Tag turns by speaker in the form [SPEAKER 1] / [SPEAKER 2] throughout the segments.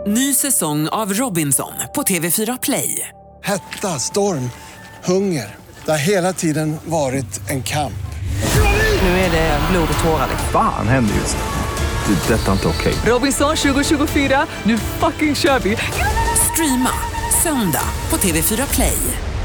[SPEAKER 1] Ny säsong av Robinson på TV4 Play.
[SPEAKER 2] Hetta, storm, hunger. Det har hela tiden varit en kamp.
[SPEAKER 1] Nu är det blod och tårar.
[SPEAKER 3] Fan händer just nu. Det. Detta är inte okej.
[SPEAKER 1] Robinson 2024, nu fucking kör vi. Streama söndag på TV4 Play.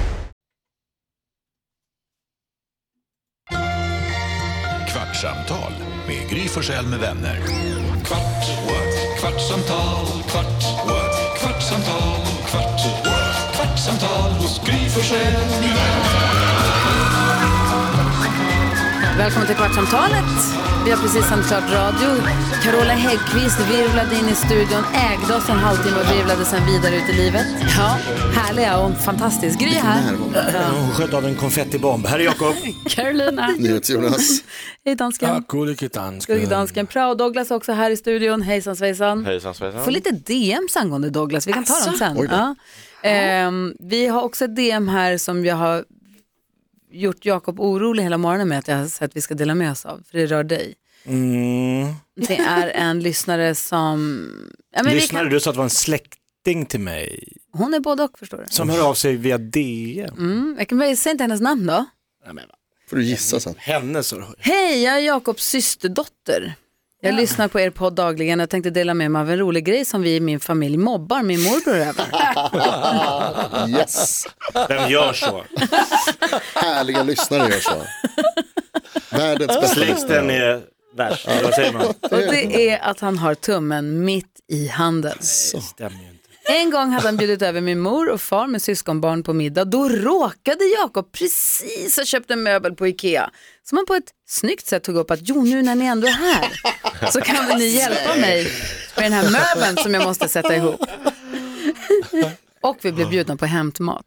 [SPEAKER 4] Kvartsamtal med Gry Forssell med vänner. Kvart, what? Kvartsamtal, kvart, what? Kvartsamtal, kvart, what? Kvartsamtal hos Gry Forssell med vänner.
[SPEAKER 5] Välkommen till Kvartsamtalet. Vi har precis sänt klart radio. Carola Häggkvist virvlade in i studion, ägde oss en halvtimme och virvlade sen vidare ut i livet. Ja, härliga och fantastiskt. Gry här.
[SPEAKER 6] Hon sköt av en konfettibomb. Här är Jakob.
[SPEAKER 5] Carolina.
[SPEAKER 7] Jonas.
[SPEAKER 5] Hej dansken.
[SPEAKER 6] Ja, gullige
[SPEAKER 5] dansken. Prao Douglas också här i studion. Hejsan svejsan.
[SPEAKER 7] Hejsan svejsan.
[SPEAKER 5] Får lite DMs angående Douglas. Vi kan ta dem sen. Ja. Vi har också ett DM här som jag har gjort Jakob orolig hela morgonen med att jag har sett att vi ska dela med oss av. För det rör dig. Det är en lyssnare som... Ja, men
[SPEAKER 6] lyssnare, du sa att det var en släkting till mig.
[SPEAKER 5] Hon är både och, förstår du.
[SPEAKER 6] Som hör av sig via DM.
[SPEAKER 5] Jag kan väl säga inte hennes namn då.
[SPEAKER 6] Nej, men,
[SPEAKER 7] får du gissa sen.
[SPEAKER 6] Henne så.
[SPEAKER 5] Hej, jag är Jakobs systerdotter. Jag lyssnar på er podd dagligen och tänkte dela med mig av en rolig grej som vi i min familj mobbar min morbror över.
[SPEAKER 7] Yes.
[SPEAKER 6] Vem gör så?
[SPEAKER 7] Härliga lyssnare gör så. Världens bästa
[SPEAKER 6] Släkten
[SPEAKER 7] lyssnare.
[SPEAKER 6] är värst. Vad säger man?
[SPEAKER 5] Och det är att han har tummen mitt i handen.
[SPEAKER 6] Det stämmer ju inte.
[SPEAKER 5] En gång hade han bjudit över min mor och far med syskonbarn på middag. Då råkade Jakob precis ha köpt en möbel på Ikea. Som han på ett snyggt sätt tog upp att nu när ni ändå är här så kan väl ni hjälpa mig med den här möbeln som jag måste sätta ihop. Och vi blev bjudna på hämtmat.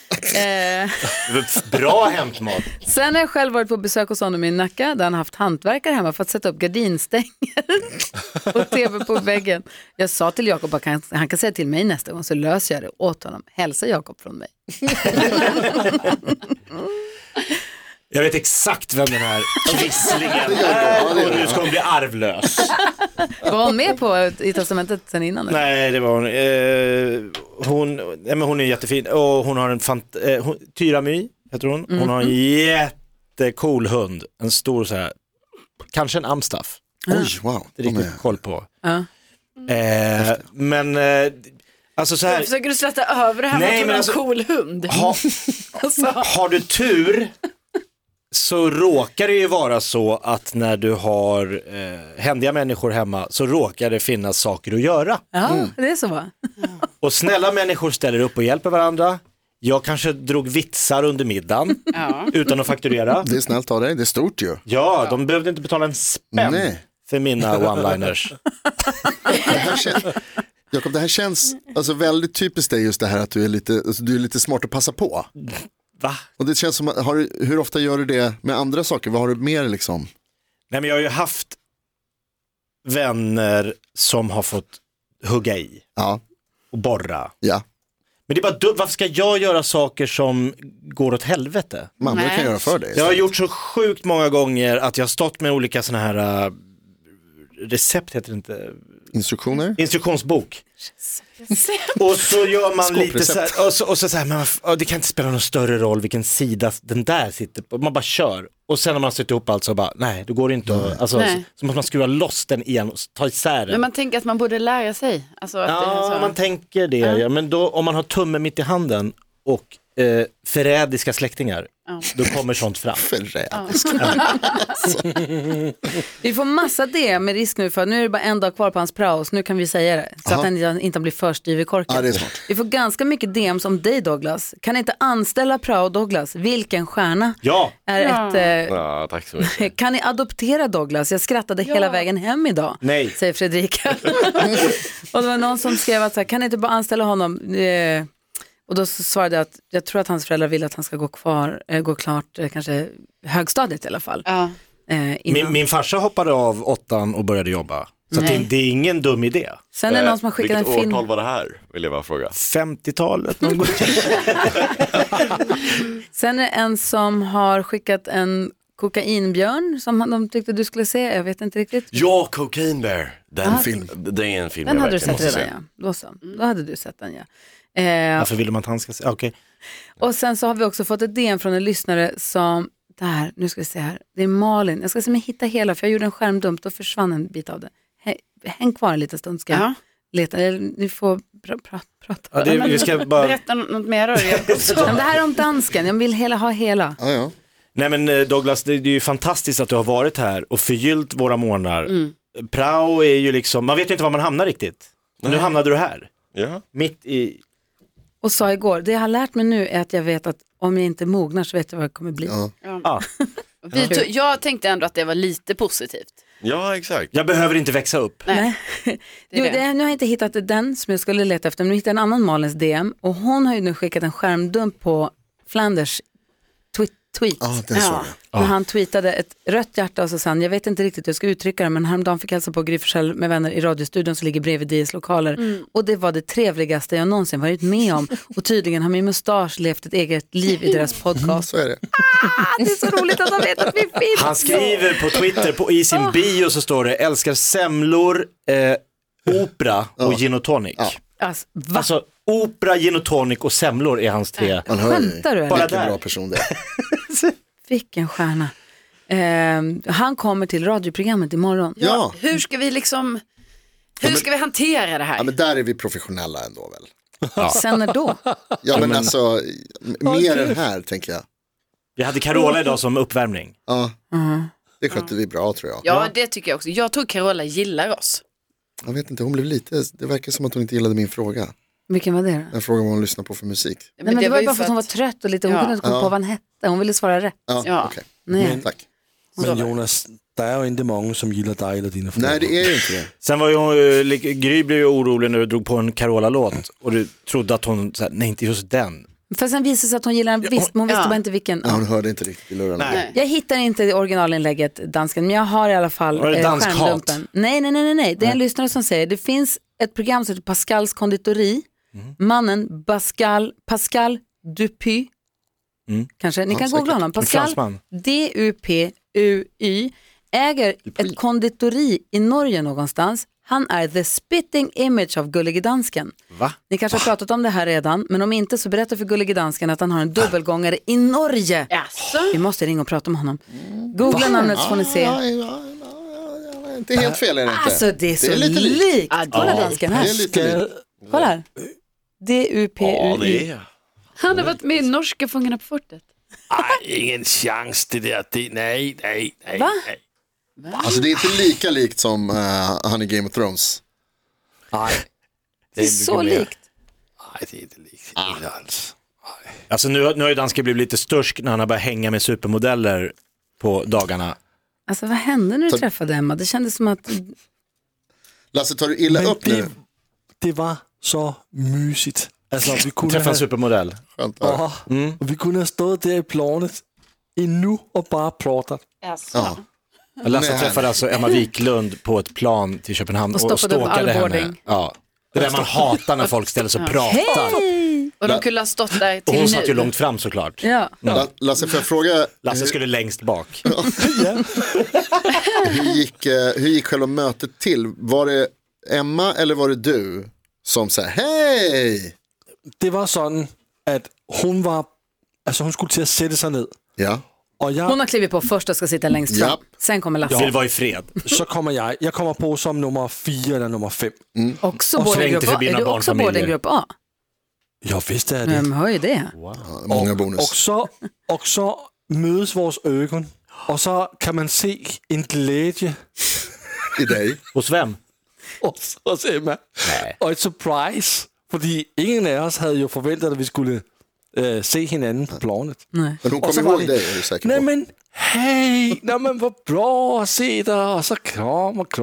[SPEAKER 6] Bra hämtmat.
[SPEAKER 5] Sen har jag själv varit på besök hos honom i Nacka där han haft hantverkare hemma för att sätta upp gardinstänger och tv på väggen. Jag sa till Jakob att han kan säga till mig nästa gång så löser jag det åt honom. Hälsa Jakob från mig.
[SPEAKER 6] Jag vet exakt vem den här kvisslingen är och nu ska hon bli arvlös.
[SPEAKER 5] Var hon med på i testamentet sen innan? Eller?
[SPEAKER 6] Nej, det var hon. Hon är jättefin och hon har en Tyra My heter hon. Hon har en jättecool hund. En stor så här, kanske en amstaff.
[SPEAKER 7] Oj, wow.
[SPEAKER 6] Det är riktigt koll på.
[SPEAKER 5] Men
[SPEAKER 6] alltså så här.
[SPEAKER 5] försöker du släta över det här med en cool hund?
[SPEAKER 6] Har du tur så råkar det ju vara så att när du har händiga människor hemma så råkar det finnas saker att göra.
[SPEAKER 5] Ja, det är så va?
[SPEAKER 6] Och snälla människor ställer upp och hjälper varandra. Jag kanske drog vitsar under middagen utan att fakturera.
[SPEAKER 7] Det är snällt av dig, det är stort ju.
[SPEAKER 6] Ja, de behövde inte betala en spänn för mina one-liners.
[SPEAKER 7] Jakob, det här känns alltså väldigt typiskt dig just det här att du är lite smart att passa på.
[SPEAKER 6] Va?
[SPEAKER 7] Och det känns som att, hur ofta gör du det med andra saker? Vad har du mer liksom?
[SPEAKER 6] Nej, men jag har ju haft vänner som har fått hugga i och borra.
[SPEAKER 7] Ja.
[SPEAKER 6] Men det är bara varför ska jag göra saker som går åt helvete?
[SPEAKER 7] Mamma kan göra för dig.
[SPEAKER 6] Jag har gjort så sjukt många gånger att jag har stått med olika såna här recept heter det inte. Instruktionsbok. Och så gör man lite så här, och så här, men det kan inte spela någon större roll vilken sida den där sitter på. Man bara kör. Och sen när man sätter ihop allt så bara, nej, det går inte att, alltså, så måste man skruva loss den igen och ta isär den.
[SPEAKER 5] Men man tänker att man borde lära sig. Alltså att det är så...
[SPEAKER 6] man tänker det. Ja. Men då, om man har tummen mitt i handen och förrädiska släktingar, då kommer sånt fram.
[SPEAKER 5] Vi får massa det med risk nu för nu är det bara en dag kvar på hans praos. Nu kan vi säga det så att han inte blir för styv i korken.
[SPEAKER 7] Ja, det är smart.
[SPEAKER 5] Vi får ganska mycket DMs om dig Douglas. Kan inte anställa prao Douglas? Vilken stjärna? Är
[SPEAKER 7] tack så mycket.
[SPEAKER 5] Kan ni adoptera Douglas? Jag skrattade hela vägen hem idag.
[SPEAKER 6] Nej.
[SPEAKER 5] Säger Fredrika. Och det var någon som skrev att så här, kan ni inte bara anställa honom? Och då svarade jag att jag tror att hans föräldrar vill att han ska gå klart kanske högstadiet i alla fall.
[SPEAKER 6] Min farsa hoppade av 8:an och började jobba. Så det är ingen dum idé.
[SPEAKER 5] Sen är det någon som har skickat en film.
[SPEAKER 8] Vilket årtal var det här, vill jag bara fråga?
[SPEAKER 6] 50-talet.
[SPEAKER 5] Sen är det en som har skickat en Kokainbjörn som de tyckte du skulle se. Jag vet inte riktigt.
[SPEAKER 8] Ja, Cocaine Bear. Det är en film.
[SPEAKER 5] Den hade du sett redan, ja. Då hade du sett den, ja.
[SPEAKER 6] Varför vill man att han ska se? Okej.
[SPEAKER 5] Och sen så har vi också fått ett DM från en lyssnare som, där, nu ska vi se här, det är Malin. Jag ska se om jag hittar hela, för jag gjorde en skärmdump, då försvann en bit av det. Häng kvar en liten stund, ska jag leta. Ni får prata.
[SPEAKER 6] Ja, vi ska bara...
[SPEAKER 9] Berätta något mer då.
[SPEAKER 5] Det här är om dansken, jag vill ha hela.
[SPEAKER 7] Ja.
[SPEAKER 6] Nej men Douglas, det är ju fantastiskt att du har varit här och förgyllt våra månader. Prao är ju liksom, man vet ju inte var man hamnar riktigt. Men nu hamnade du här.
[SPEAKER 8] Ja.
[SPEAKER 6] Mitt i...
[SPEAKER 5] Och sa igår, det jag har lärt mig nu är att jag vet att om jag inte mognar så vet jag vad det kommer bli.
[SPEAKER 9] Jag tänkte ändå att det var lite positivt.
[SPEAKER 8] Ja, exakt.
[SPEAKER 6] Jag behöver inte växa upp.
[SPEAKER 5] Nej. Nu har jag inte hittat den som jag skulle leta efter, men jag hittade en annan Malins DM och hon har ju nu skickat en skärmdump på Flanders tweet.
[SPEAKER 7] Den såg jag.
[SPEAKER 5] När han tweetade ett rött hjärta och så sa han, jag vet inte riktigt hur jag ska uttrycka det, men häromdagen fick jag hälsa på Gry Forssell med vänner i radiostudion som ligger bredvid Dias lokaler. Och det var det trevligaste jag någonsin varit med om. Och tydligen har min mustasch levt ett eget liv i deras podcast.
[SPEAKER 7] Så är det.
[SPEAKER 5] Det är så roligt att han vet att vi finns.
[SPEAKER 6] Han skriver på Twitter, i sin bio så står det, älskar semlor, opera och gin och tonic. Alltså opera, gin och tonic och semlor är hans tre.
[SPEAKER 7] Man hör
[SPEAKER 5] Skämtar du, eller?
[SPEAKER 7] vilken bra person det är.
[SPEAKER 5] Vilken stjärna. Han kommer till radioprogrammet imorgon.
[SPEAKER 7] Ja.
[SPEAKER 9] Hur ska vi hantera det här?
[SPEAKER 7] Ja, men där är vi professionella ändå väl.
[SPEAKER 5] Sen när då?
[SPEAKER 7] Ja, men alltså, mer än här tänker jag.
[SPEAKER 6] Vi hade Carola idag som uppvärmning.
[SPEAKER 7] Ja, det skötte vi bra tror jag.
[SPEAKER 9] Ja, det tycker jag också. Jag tror Carola gillar oss.
[SPEAKER 7] Jag vet inte, hon blev lite, det verkar som att hon inte gillade min fråga.
[SPEAKER 5] Vilken var det då?
[SPEAKER 7] Jag frågade vad hon lyssnar på för musik.
[SPEAKER 5] Nej, men det var ju bara för att hon var trött och lite, hon kunde inte komma på vad han hette. Hon ville svara rätt.
[SPEAKER 7] Ja. Okej.
[SPEAKER 5] Nej.
[SPEAKER 7] Tack.
[SPEAKER 10] Men Jonas, det är ju inte många som gillar dig eller dina frågor.
[SPEAKER 7] Nej, det är ju inte det.
[SPEAKER 6] Sen var ju Gry blev ju orolig när du drog på en Carola-låt och du trodde att hon, så här, nej inte just den.
[SPEAKER 5] För sen visade sig att hon gillar en viss, men hon visste bara inte vilken.
[SPEAKER 7] Ja, hon hörde inte riktigt i lurarna.
[SPEAKER 6] Nej.
[SPEAKER 5] Jag hittar inte det originalinlägget, dansken, men jag har i alla fall skärmdumpen. Nej. Det är en lyssnare som säger, det finns ett program som heter Pascals konditori. Mannen Pascal Dupy. Kanske, ni kan googla honom. Pascal D-U-P-U-Y äger ett konditori i Norge någonstans. Han är the spitting image av Gullige Dansken.
[SPEAKER 6] Va?
[SPEAKER 5] Ni kanske har pratat om det här redan, men om inte så berätta för Gullige Dansken att han har en dubbelgångare i Norge. Vi måste ringa och prata med honom. Googla namnet så får ni se.
[SPEAKER 7] Inte helt fel är det inte.
[SPEAKER 5] Alltså det är så likt. Kolla dansken här.
[SPEAKER 7] Det är lite likt.
[SPEAKER 5] Kolla här. D-U-P-U-Y.
[SPEAKER 9] Han har varit med i norska Fångarna på fortet.
[SPEAKER 10] Nej, ingen chans det där. Nej.
[SPEAKER 5] Va?
[SPEAKER 7] Alltså det är inte lika likt som han i Game of Thrones.
[SPEAKER 10] Nej.
[SPEAKER 5] Det är så likt.
[SPEAKER 10] Nej, det är inte likt. Inte alls.
[SPEAKER 6] Alltså nu har ju dansken blivit lite störsk när han har börjat hänga med supermodeller på dagarna.
[SPEAKER 5] Alltså vad hände när du träffade Emma? Det kändes som att...
[SPEAKER 7] Lasse, tar du illa upp nu?
[SPEAKER 10] Det var så mysigt. Alltså, vi kunde
[SPEAKER 6] träffa en supermodell.
[SPEAKER 10] Och vi kunde ha stått där i planet ännu och bara pratat.
[SPEAKER 6] Lasse träffade alltså Emma Wiklund på ett plan till Köpenhamn och stalkade henne. Ja. Det där man hatar när folk ställer sig och pratar.
[SPEAKER 9] Och de kunde ha stått där till
[SPEAKER 6] och hon
[SPEAKER 9] nu.
[SPEAKER 6] satt ju långt fram såklart.
[SPEAKER 5] Ja.
[SPEAKER 7] Lasse, får jag fråga?
[SPEAKER 6] Lasse skulle längst bak.
[SPEAKER 7] Hur gick själva mötet till? Var det Emma eller var det du som sa hej?
[SPEAKER 10] Det var så att hon skulle till att sätta sig ner.
[SPEAKER 7] Ja.
[SPEAKER 5] Hon har klivit på först och ska sitta längst fram. Sen kommer Lasse.
[SPEAKER 6] Vill vara i fred.
[SPEAKER 10] Så kommer jag kommer på som nummer 4 eller nummer 5.
[SPEAKER 5] Också både grupp A. Är du också både grupp A?
[SPEAKER 10] Ja, visst är det.
[SPEAKER 5] Men hör ju det.
[SPEAKER 7] Wow. Många bonus.
[SPEAKER 10] Och så möts våra ögon. Och så kan man se en glädje
[SPEAKER 7] i dig.
[SPEAKER 6] Hos vem?
[SPEAKER 10] Hos Emma. Och ett surprise. För ingen av oss hade ju förväntat att vi skulle se hinanden på planet.
[SPEAKER 5] Nej.
[SPEAKER 7] Men hon kommer ihåg dig, är du säker på?
[SPEAKER 10] Nej men, hej! Nej men vad bra att se dig. Och så kram.
[SPEAKER 5] Vi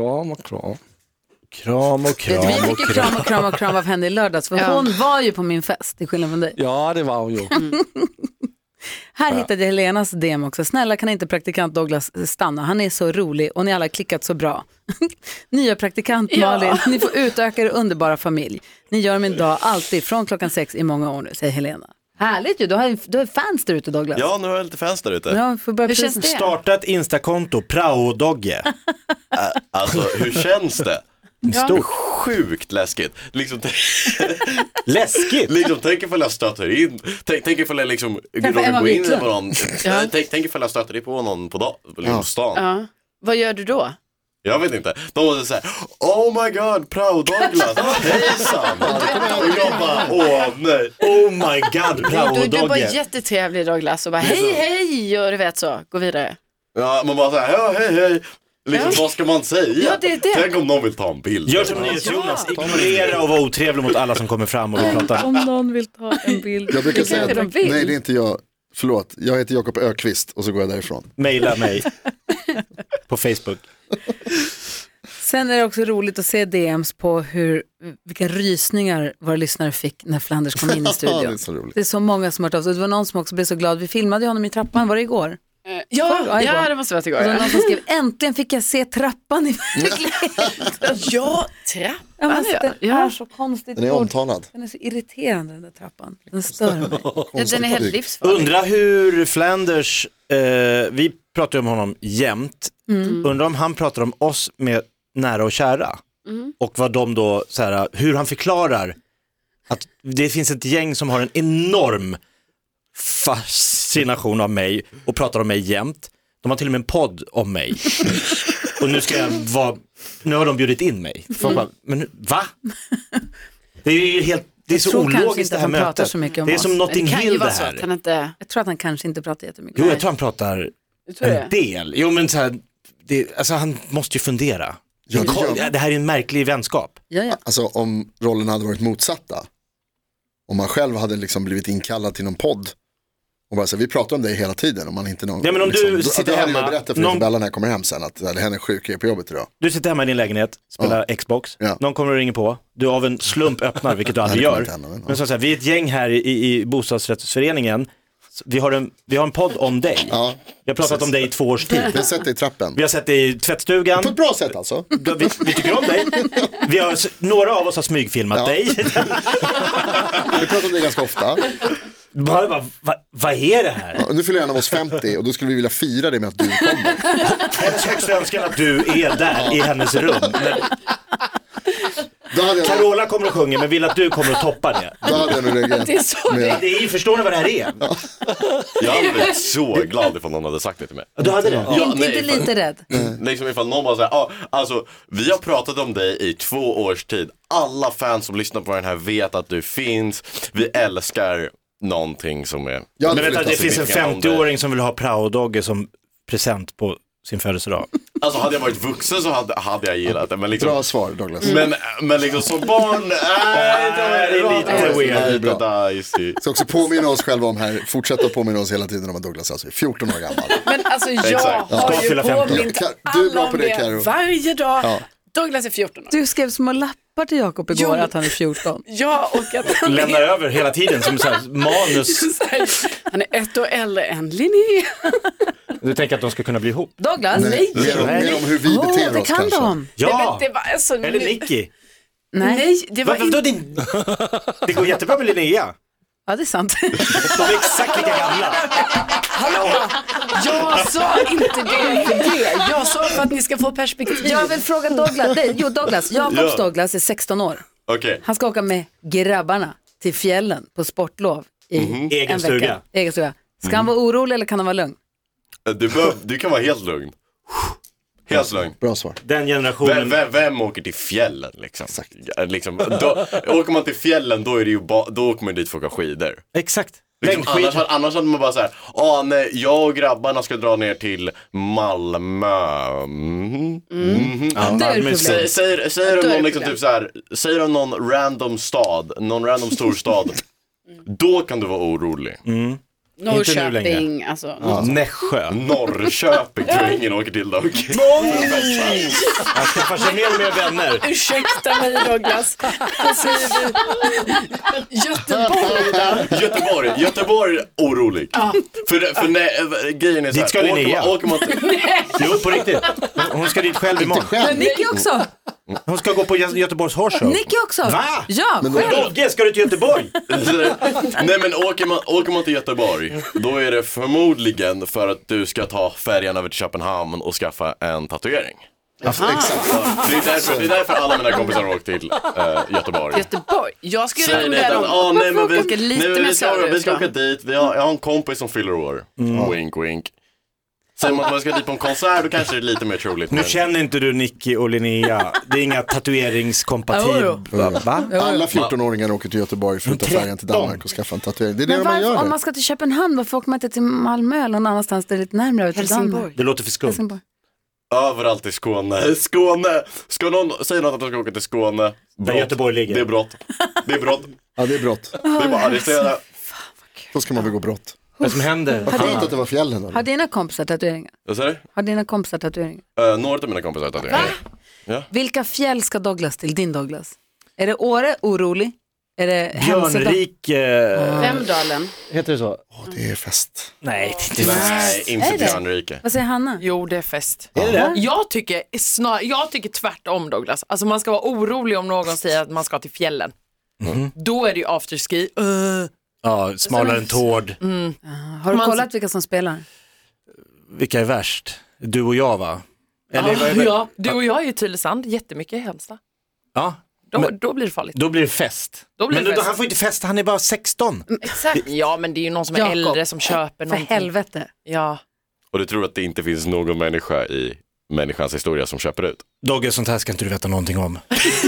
[SPEAKER 5] fick ju kram av henne i lördags. För hon var ju på min fest, till skillnad från dig.
[SPEAKER 10] Ja, det var hon ju.
[SPEAKER 5] Här hittade jag Helenas DM också. Snälla, kan inte praktikant Douglas stanna? Han är så rolig och ni alla har klickat så bra. Nya praktikant Malin, ni får utöka er underbara familj. Ni gör min dag alltid från 6:00 i många år nu, säger Helena. Härligt ju, du har fans där ute, Douglas.
[SPEAKER 8] Ja, nu har jag lite fans där ute.
[SPEAKER 5] Ja,
[SPEAKER 9] Hur känns det?
[SPEAKER 6] Starta ett Instakonto, Praodogge.
[SPEAKER 8] Alltså, hur känns det?
[SPEAKER 6] Stort.
[SPEAKER 8] Sjukt läskigt. Liksom,
[SPEAKER 6] läskigt?
[SPEAKER 8] Liksom, tänk ifall jag stöter in. Tänk ifall jag liksom går in på någon. Tänk ifall jag stöter in på någon på stan.
[SPEAKER 9] Ja. Vad gör du då?
[SPEAKER 8] Jag vet inte. De måste säga, oh my god, Prao Douglas, hejsan. Och jag bara, nej.
[SPEAKER 6] Oh my god, Prao Dogge.
[SPEAKER 9] Du är bara jättetrevlig, Douglas, och bara hej, och du vet så, gå vidare.
[SPEAKER 8] Ja, man bara säger, ja, hej. Liksom, vad ska man säga?
[SPEAKER 9] Ja, det.
[SPEAKER 8] Tänk om någon vill ta en bild.
[SPEAKER 6] Gör som Jonas, ignorera och vara otrevlig mot alla som kommer fram och vill prata.
[SPEAKER 5] Om någon vill ta en bild.
[SPEAKER 7] Jag brukar säga att, nej, det är inte jag. Förlåt, jag heter Jakob Ökvist och så går jag därifrån.
[SPEAKER 6] Maila mig på Facebook.
[SPEAKER 5] Sen är det också roligt att se DMs på vilka rysningar våra lyssnare fick när Flanders kom in i studion. Det är så många som har hört av sig. Det var någon som också blev så glad. Vi filmade honom i trappan, var det igår?
[SPEAKER 9] Ja, det måste vara igår.
[SPEAKER 5] Och så någon som skrev, äntligen fick jag se trappan i verkligheten.
[SPEAKER 9] Ja, trappan.
[SPEAKER 5] Den är så konstigt.
[SPEAKER 7] Den är omtalad.
[SPEAKER 5] Den är så irriterande, den där trappan. Den stör mig.
[SPEAKER 9] Den är helt livsfarlig.
[SPEAKER 6] Undrar hur Flanders, vi pratar ju om honom jämt. Undrar om han pratar om oss med nära och kära. Och vad de då, så här, hur han förklarar att det finns ett gäng som har en enorm fascination av mig och pratar om mig jämt. De har till och med en podd om mig. Och nu har de bjudit in mig. Bara, men va? Det är ju helt, det är så ologiskt det här mötet. Det är som Notting Hill det här.
[SPEAKER 5] Jag tror att han kanske inte pratar jättemycket.
[SPEAKER 6] Jo, jag tror han pratar en del. Jo, men så här, alltså han måste ju fundera. Det här är en märklig vänskap.
[SPEAKER 5] Ja.
[SPEAKER 7] Alltså om rollen hade varit motsatta. Om man själv hade liksom blivit inkallad till någon podd och bara så vi pratar om det hela tiden, om man inte någon.
[SPEAKER 6] Ja, men om
[SPEAKER 7] liksom,
[SPEAKER 6] du sitter hemma,
[SPEAKER 7] jag berättar för Bella när jag kommer hem sen att det henne är sjuk på jobbet idag.
[SPEAKER 6] Du sitter hemma i din lägenhet, spelar Xbox. Någon kommer och ringer på. Du av en slump öppnar, vilket du aldrig gör. Men så här, vi är ett gäng här i bostadsrättsföreningen. Vi har en podd om dig.
[SPEAKER 7] Ja,
[SPEAKER 6] vi har pratat om dig i 2 års tid.
[SPEAKER 7] Vi har sett dig i trappen.
[SPEAKER 6] Vi har sett dig i tvättstugan.
[SPEAKER 7] På ett bra sätt alltså.
[SPEAKER 6] Vi tycker om dig. Några av oss har smygfilmat dig.
[SPEAKER 7] Vi pratar om det ganska ofta.
[SPEAKER 6] Vad är det här?
[SPEAKER 7] Nu fyller en av oss 50 och då skulle vi vilja fira det med att du kommer.
[SPEAKER 6] Hennes högsta önskan att du är där i hennes rum. Carola kommer och sjunger, men vill att du kommer och toppar det.
[SPEAKER 7] Då hade jag nog reagerat.
[SPEAKER 9] Det är så
[SPEAKER 6] förstår ni vad det här är?
[SPEAKER 8] Jag hade blivit så glad ifall någon hade sagt det till mig.
[SPEAKER 6] Du hade det?
[SPEAKER 8] Ja,
[SPEAKER 5] inte lite rädd.
[SPEAKER 8] Liksom ifall någon bara säger, alltså vi har pratat om dig i 2 års tid. Alla fans som lyssnar på den här vet att du finns. Vi älskar någonting som är...
[SPEAKER 6] Men vänta, det finns en 50-åring som vill ha Prao Dogge som present på sin födelsedag.
[SPEAKER 8] Alltså hade jag varit vuxen så hade jag gillat det, men liksom,
[SPEAKER 7] bra svar, Douglas.
[SPEAKER 8] Men liksom som barn, det är lite weird.
[SPEAKER 7] Så också påminna oss själva om här, fortsätta påminna oss hela tiden om att Douglas alltså är 14 år gammal.
[SPEAKER 9] Men alltså jag har ju påmint alla om det varje dag. Ja. Douglas är 14 år.
[SPEAKER 5] Du skrev små lappar till Jakob igår att han är 14.
[SPEAKER 9] Ja, och att han
[SPEAKER 6] lämnar över hela tiden som så här manus.
[SPEAKER 9] Han är 1 år äldre än Linnea.
[SPEAKER 6] Du tänker att de ska kunna bli ihop?
[SPEAKER 5] Douglas?
[SPEAKER 7] Nej. Mer om hur vi beter oss kanske.
[SPEAKER 6] Ja,
[SPEAKER 9] det var alltså,
[SPEAKER 6] eller Nicky.
[SPEAKER 9] Nej, det var
[SPEAKER 6] det går jättebra med Linnea.
[SPEAKER 5] Ja, det är sant.
[SPEAKER 6] De är exakt lika gamla.
[SPEAKER 9] Hallå, jag sa inte det för det. Jag sa för att ni ska få perspektiv.
[SPEAKER 5] Jag vill fråga Douglas. Jakobs Douglas är 16 år.
[SPEAKER 8] Okay.
[SPEAKER 5] Han ska åka med grabbarna till fjällen på sportlov i en vecka. Egen stuga. Ska han vara orolig eller kan han vara lugn?
[SPEAKER 8] Du kan vara helt lugn. Helt lugn.
[SPEAKER 7] Bra svar.
[SPEAKER 6] Den generationen.
[SPEAKER 8] Vem åker till fjällen liksom? Åker man till fjällen då är det ju då åker man dit för att åka skidor.
[SPEAKER 6] Exakt.
[SPEAKER 8] Liksom, annars hade man bara så här, nej, jag och grabbarna ska dra ner till Malmö. Säger de någon liksom typ så här, säger de någon random stad, någon random storstad. Då kan du vara orolig.
[SPEAKER 9] Norrköping, alltså.
[SPEAKER 6] Nässjö.
[SPEAKER 8] Norrköping tror jag ingen åker till dock.
[SPEAKER 6] Jag skaffar sig mer och mer vänner.
[SPEAKER 9] Ursäkta mig, Douglas. Vad säger du?
[SPEAKER 8] Göteborg orolig. För grejen är så här,
[SPEAKER 6] dit ska Linnea.
[SPEAKER 8] åker man till...
[SPEAKER 6] Jo, på riktigt. Hon ska dit själv imorgon.
[SPEAKER 5] Men Nicky också.
[SPEAKER 6] Hon ska gå på Göteborgs Horse Show.
[SPEAKER 5] Nicky också.
[SPEAKER 6] Va?
[SPEAKER 5] Ja,
[SPEAKER 6] men Dogge, ska du till Göteborg?
[SPEAKER 8] Nej, men åker man till Göteborg, då är det förmodligen för att du ska ta färjan över till Köpenhamn och skaffa en tatuering.
[SPEAKER 7] Exakt.
[SPEAKER 8] Det är därför alla mina kompisar har åkt till Göteborg.
[SPEAKER 9] Jag skulle rekommendera dem.
[SPEAKER 8] Vi ska åka dit. Jag har en kompis som fyller år. Wink, wink. Säger man att man ska dit på en konsert, då kanske det är lite mer troligt.
[SPEAKER 6] Nu känner inte du Nicky och Linnea. Det är inga tatueringskompatibla. Va?
[SPEAKER 7] Alla 14-åringar åker till Göteborg för att ta färjan till Danmark och skaffa en tatuering. Det är det man gör.
[SPEAKER 5] Om man ska till Köpenhamn, varför åker man inte till Malmö eller någon annanstans där det är lite närmare till Danmark?
[SPEAKER 6] Det låter för skumt.
[SPEAKER 8] Överallt i Skåne. Ska någon säga något att de ska åka till Skåne?
[SPEAKER 6] Där Göteborg ligger.
[SPEAKER 8] Det är brott.
[SPEAKER 7] Ja, det är brott.
[SPEAKER 8] Det är bara arrestera.
[SPEAKER 7] Då ska man väl gå brott.
[SPEAKER 6] Vad som händer?
[SPEAKER 7] Jag vet att det var fjällen. Eller?
[SPEAKER 5] Har dina kompisar tatueringar?
[SPEAKER 8] Vad säger du?
[SPEAKER 5] Har dina kompisar tatueringar?
[SPEAKER 8] Några av mina kompisar har tatueringar. Ja.
[SPEAKER 5] Vilka fjäll ska Douglas till, din Douglas? Är det Åre, orolig? Är det
[SPEAKER 6] Björnrike?
[SPEAKER 9] Vemdalen.
[SPEAKER 6] Heter det så?
[SPEAKER 7] Det är fest.
[SPEAKER 6] Nej, det är inte fest.
[SPEAKER 8] Nej, inte Björnrike.
[SPEAKER 5] Vad säger Hanna?
[SPEAKER 9] Jo, det är fest.
[SPEAKER 6] Är det?
[SPEAKER 9] Jag tycker tvärtom, Douglas. Alltså man ska vara orolig om någon säger att man ska till fjällen. Då är det ju afterski.
[SPEAKER 6] Ja, smalare än tård.
[SPEAKER 5] Har du kollat vilka som spelar?
[SPEAKER 6] Vilka är värst? Du och jag, va?
[SPEAKER 9] Ja, du och jag är ju Tylösand, jättemycket i Halmstad.
[SPEAKER 6] Ja.
[SPEAKER 9] Då blir det farligt.
[SPEAKER 6] Då blir det fest. Men han får inte festa, han är bara 16.
[SPEAKER 9] Exakt. Ja, men det är ju någon som är äldre som köper någonting.
[SPEAKER 5] För helvete.
[SPEAKER 9] Ja.
[SPEAKER 8] Och du tror att det inte finns någon människa i människans historia som köper ut?
[SPEAKER 6] Dogge, sånt här ska inte du veta någonting om.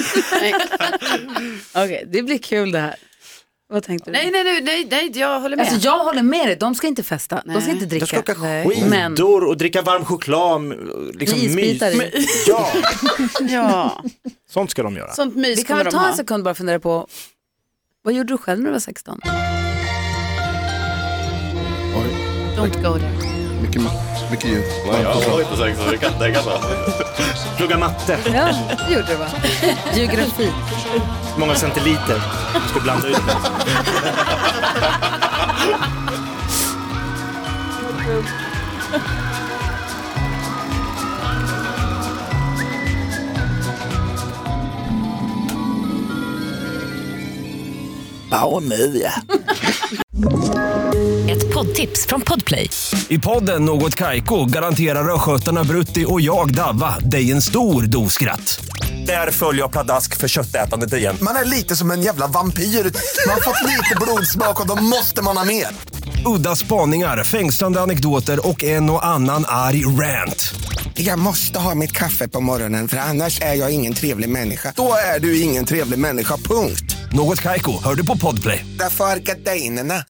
[SPEAKER 5] Okej, det blir kul det här. Vad tänkte du?
[SPEAKER 9] Nej, jag håller med.
[SPEAKER 5] Alltså jag håller med dig, de ska inte festa. De ska inte dricka.
[SPEAKER 6] De ska åka skidor och dricka varm choklad. Liksom
[SPEAKER 5] isbitar.
[SPEAKER 9] Ja.
[SPEAKER 6] Sånt ska de göra.
[SPEAKER 9] Sånt mys.
[SPEAKER 5] Vi kan väl ta en sekund bara och fundera på, vad gjorde du själv när du var 16?
[SPEAKER 9] Don't go there.
[SPEAKER 7] Mycket ljud.
[SPEAKER 8] Nej, jag var inte 16, det kan tänka så.
[SPEAKER 6] Plugga matte.
[SPEAKER 5] Ja, det gjorde du, va? Geografi.
[SPEAKER 6] Många centiliter. Ska blanda ut det. Bauer Media.
[SPEAKER 11] Ett poddtips från Podplay.
[SPEAKER 12] I podden Något Kaiko garanterar röskötarna Brutti och jag Davva dig en stor doskratt. Där följer jag pladask för köttätandet igen.
[SPEAKER 13] Man är lite som en jävla vampyr. Man har fått lite blodsmak och då måste man ha mer.
[SPEAKER 12] Udda spaningar, fängslande anekdoter och en och annan arg rant.
[SPEAKER 13] Jag måste ha mitt kaffe på morgonen för annars är jag ingen trevlig människa. Då är du ingen trevlig människa, punkt.
[SPEAKER 12] Något Kaiko, hör du på Podplay.
[SPEAKER 13] Därför är gardinerna.